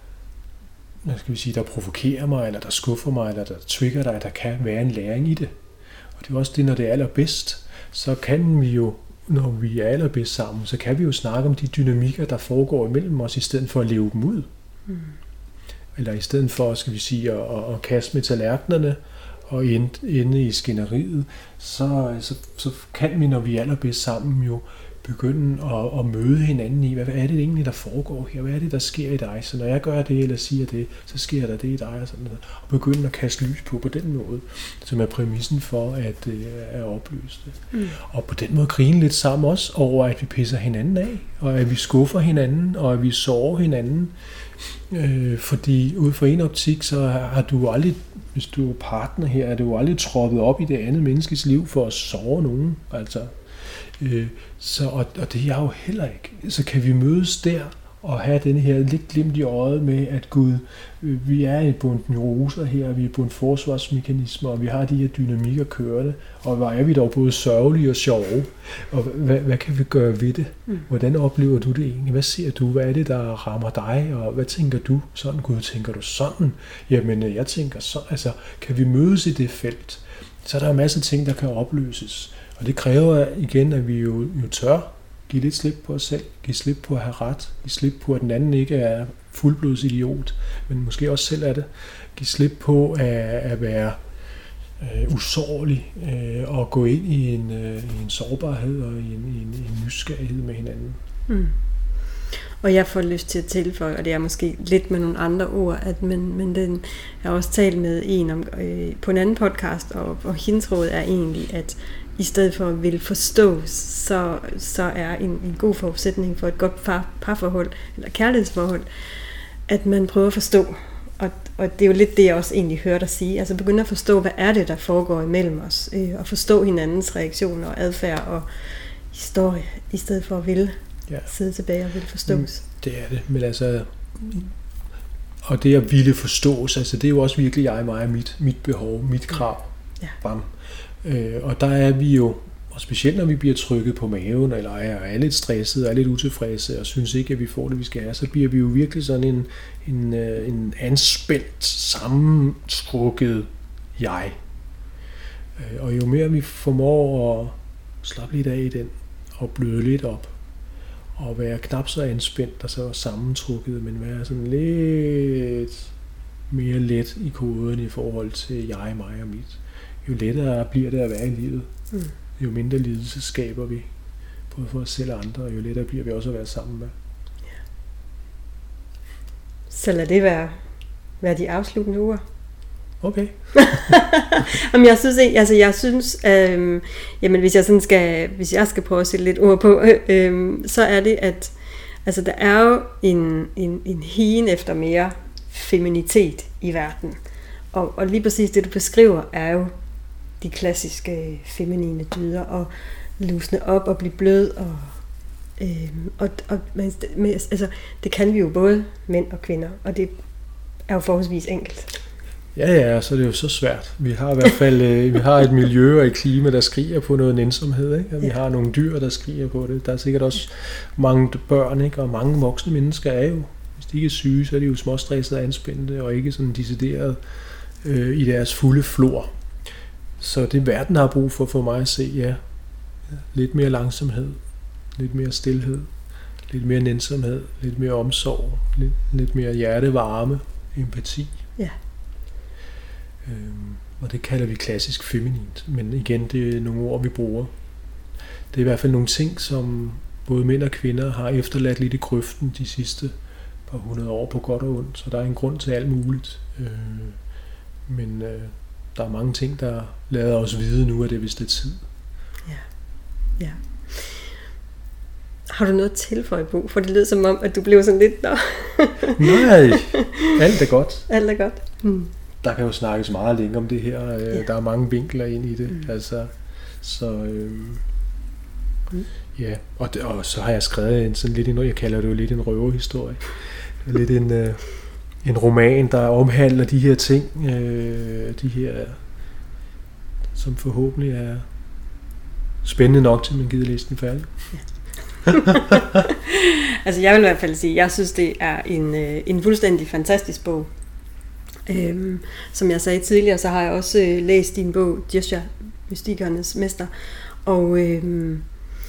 hvad skal vi sige, der provokerer mig, eller der skuffer mig, eller der trigger dig, at der kan være en læring i det. Og det er også det, når det er allerbedst, så kan vi jo, når vi er allerbedst sammen, så kan vi jo snakke om de dynamikker, der foregår imellem os, i stedet for at leve dem ud. Mm. Eller i stedet for, skal vi sige, at, at, at kaste med tallerkenerne, og inde i skænderiet, så, så, så kan vi, når vi er allerbedst sammen, jo begynde at, at møde hinanden i, hvad, hvad er det egentlig, der foregår her? Hvad er det, der sker i dig? Så når jeg gør det, eller siger det, så sker der det i dig, og sådan noget. Og begynde at kaste lys på på den måde, som er præmissen for at, uh, at opløse det. Mm. Og på den måde grine lidt sammen også over, at vi pisser hinanden af, og at vi skuffer hinanden, og at vi sårer hinanden. Øh, fordi ud fra en optik, så har du aldrig, hvis du er partner her, er du aldrig troppet op i det andet menneskes liv for at såre nogen. Altså, øh, så, og, og det er jeg jo heller ikke. Så kan vi mødes der og have den her lidt glimt i øjet med, at Gud, øh, vi er i bundt neuroser her, vi er bundt forsvarsmekanismer, og vi har de her dynamikker kørende, og hvor er vi dog både sørgelige og sjove, og hvad, hvad kan vi gøre ved det? Hvordan oplever du det egentlig? Hvad ser du? Hvad er det, der rammer dig? Og hvad tænker du? Sådan, Gud, tænker du sådan? Jamen, jeg tænker sådan. Altså, kan vi mødes i det felt? Så er der en masse ting, der kan opløses. Og det kræver igen, at vi jo, jo tør give lidt slip på os selv. Give slip på at have ret. Give slip på, at den anden ikke er fuldblods idiot, men måske også selv er det. Give slip på at, at være øh, usårlig øh, og gå ind i en, øh, i en sårbarhed og i en, i en, i en nysgerrighed med hinanden. Mm. Og jeg får lyst til at tilføje, og det er måske lidt med nogle andre ord, at men, men den, jeg har også talt med en om, øh, på en anden podcast, og, og hendes råd er egentlig, at i stedet for at ville forstås, så, så er en, en god forudsætning for et godt par, parforhold, eller kærlighedsforhold, at man prøver at forstå. Og, og det er jo lidt det, jeg også egentlig hører dig sige. Altså begynde at forstå, hvad er det, der foregår imellem os, øh, og forstå hinandens reaktioner og adfærd og historie, i stedet for at ville ja. sidde tilbage og ville forstås. Det er det, men altså, og det at ville forstås, altså det er jo også virkelig jeg, mig, mit, mit behov, mit krav. Ja. Bam. Øh, og der er vi jo, og specielt når vi bliver trykket på maven, eller er lidt stresset og er lidt utilfredse, og synes ikke, at vi får det, vi skal have, så bliver vi jo virkelig sådan en, en, en anspændt, sammentrukket jeg. Øh, og jo mere vi formår at slappe lidt af i den, og bløde lidt op, og være knap så anspændt og så sammentrukket, men være sådan lidt mere let i koden i forhold til jeg, mig og mit. Jo lettere bliver det at være i livet. Mm. Jo mindre lidelse skaber vi, både for os selv og andre, og jo lettere bliver vi også at være sammen med. Ja. Så lad det være, være de afsluttende ord. Okay. Jamen, jeg synes, altså jeg synes, øh, jamen hvis jeg sådan skal, hvis jeg skal prøve at sætte lidt ord på, øh, så er det, at altså der er jo en, en, en higen efter mere feminitet i verden. Og, og lige præcis det, du beskriver, er jo de klassiske feminine dyder, og lusne op og blive blød, og, øh, og, og men, altså, det kan vi jo både mænd og kvinder, og det er jo forholdsvis enkelt. Ja, ja, så er det jo så svært. Vi har i hvert fald øh, vi har et miljø og et klima, der skriger på noget nænsomhed, ikke? Og vi ja. har nogle dyr, der skriger på det. Der er sikkert også mange børn, ikke? Og mange voksne mennesker er jo, hvis de ikke er syge, så er de jo småstressede og anspændte, og ikke sådan decideret øh, i deres fulde flor. Så det verden har brug for, for mig at se, ja, lidt mere langsomhed, lidt mere stilhed, lidt mere nænsomhed, lidt mere omsorg, lidt, lidt mere hjertevarme, empati. Ja. Øhm, og det kalder vi klassisk feminint. Men igen, det er nogle ord, vi bruger. Det er i hvert fald nogle ting, som både mænd og kvinder har efterladt lidt i grøften de sidste par hundrede år på godt og ondt. Så der er en grund til alt muligt. Øh, men øh, der er mange ting, der lader os vide nu, at det vist er tid. Ja, ja. Har du noget at tilføje, Bo? For det lød som om, at du blev sådan lidt... Nå. Nej, alt er godt. Alt er godt. Mm. Der kan jo snakkes meget længe om det her. Ja. Der er mange vinkler ind i det. Mm. Altså, så øh, mm. ja, og, det, og så har jeg skrevet en sådan lidt en, jeg kalder det jo lidt en røverhistorie. Lidt en, øh, en roman, der omhandler de her ting, øh, de her, som forhåbentlig er spændende nok til, at man gider læse den færdig. Ja. Altså jeg vil i hvert fald sige, jeg synes det er en, en fuldstændig fantastisk bog. Øhm, som jeg sagde tidligere, så har jeg også øh, læst din bog, Joshua, Mystikernes Mester. Og øhm,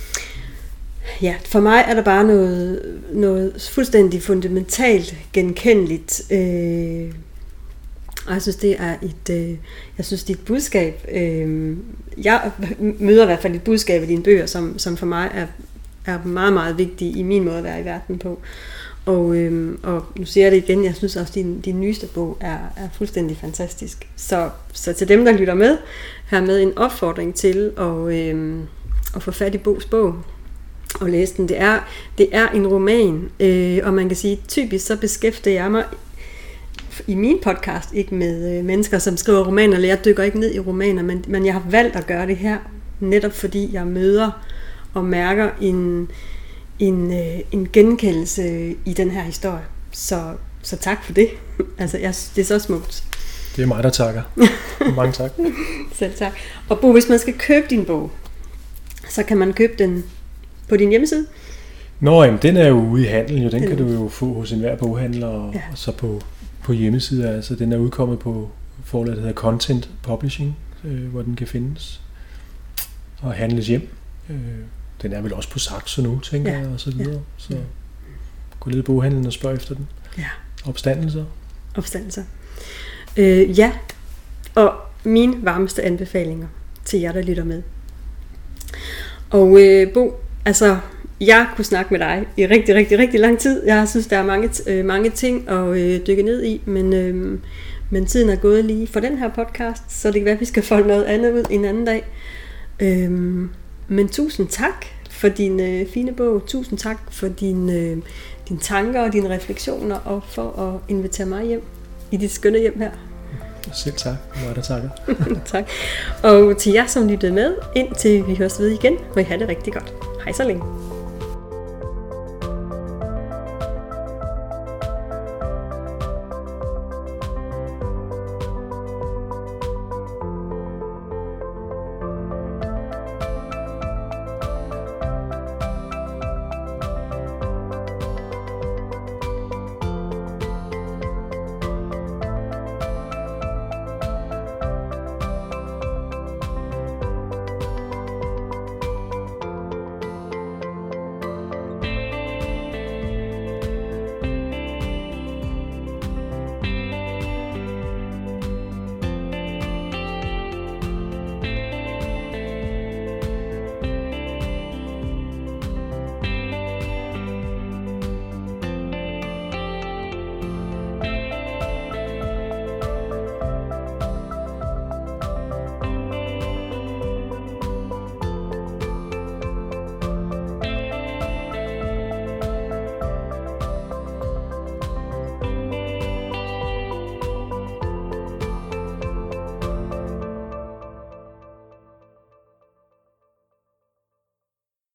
ja, for mig er der bare noget, noget fuldstændig fundamentalt genkendeligt. Øh, og jeg synes, det er et, øh, jeg synes, det er et budskab. Øh, jeg møder i hvert fald et budskab i dine bøger, som, som for mig er er meget, meget vigtig i min måde at være i verden på. Og, øhm, og nu siger jeg det igen, jeg synes også, at din, din nyeste bog er, er fuldstændig fantastisk. Så, så til dem, der lytter med, her med en opfordring til at, øhm, at få fat i Bo's bog og læse den. Det er, det er en roman, øh, og man kan sige, typisk så beskæftiger jeg mig i min podcast ikke med øh, mennesker, som skriver romaner, eller jeg dykker ikke ned i romaner, men, men jeg har valgt at gøre det her, netop fordi jeg møder og mærker en, en, en genkendelse i den her historie. Så, så tak for det. Altså, jeg, det er så smukt. Det er mig, der takker. Mange tak. Selv tak. Og Bo, hvis man skal købe din bog, så kan man købe den på din hjemmeside? Nå, jamen, den er jo ude i handelen. Jo. Den, den kan du jo få hos enhver boghandler, og, ja. og så på, på hjemmesider. Altså, den er udkommet på forlaget, der hedder Content Publishing, øh, hvor den kan findes og handles hjem. Øh, Den er vel også på Saxo nu, tænker ja. jeg, og så videre. Ja. Så gå ned i boghandlen og spørg efter den. Ja. Opstandelser. Opstandelser. Øh, ja, og mine varmeste anbefalinger til jer, der lytter med. Og øh, Bo, altså, jeg kunne snakke med dig i rigtig, rigtig, rigtig lang tid. Jeg synes, der er mange, øh, mange ting at øh, dykke ned i, men, øh, men tiden er gået lige for den her podcast, så det kan være, at vi skal folde noget andet ud en anden dag. Øh, Men tusind tak for din øh, fine bog. Tusind tak for din, øh, dine tanker og dine refleksioner, og for at invitere mig hjem i dit skønne hjem her. Selv tak. Jeg var der takker. Tak. Og til jer, som lyttede med, indtil vi høres ved igen, må I have det rigtig godt. Hej så længe.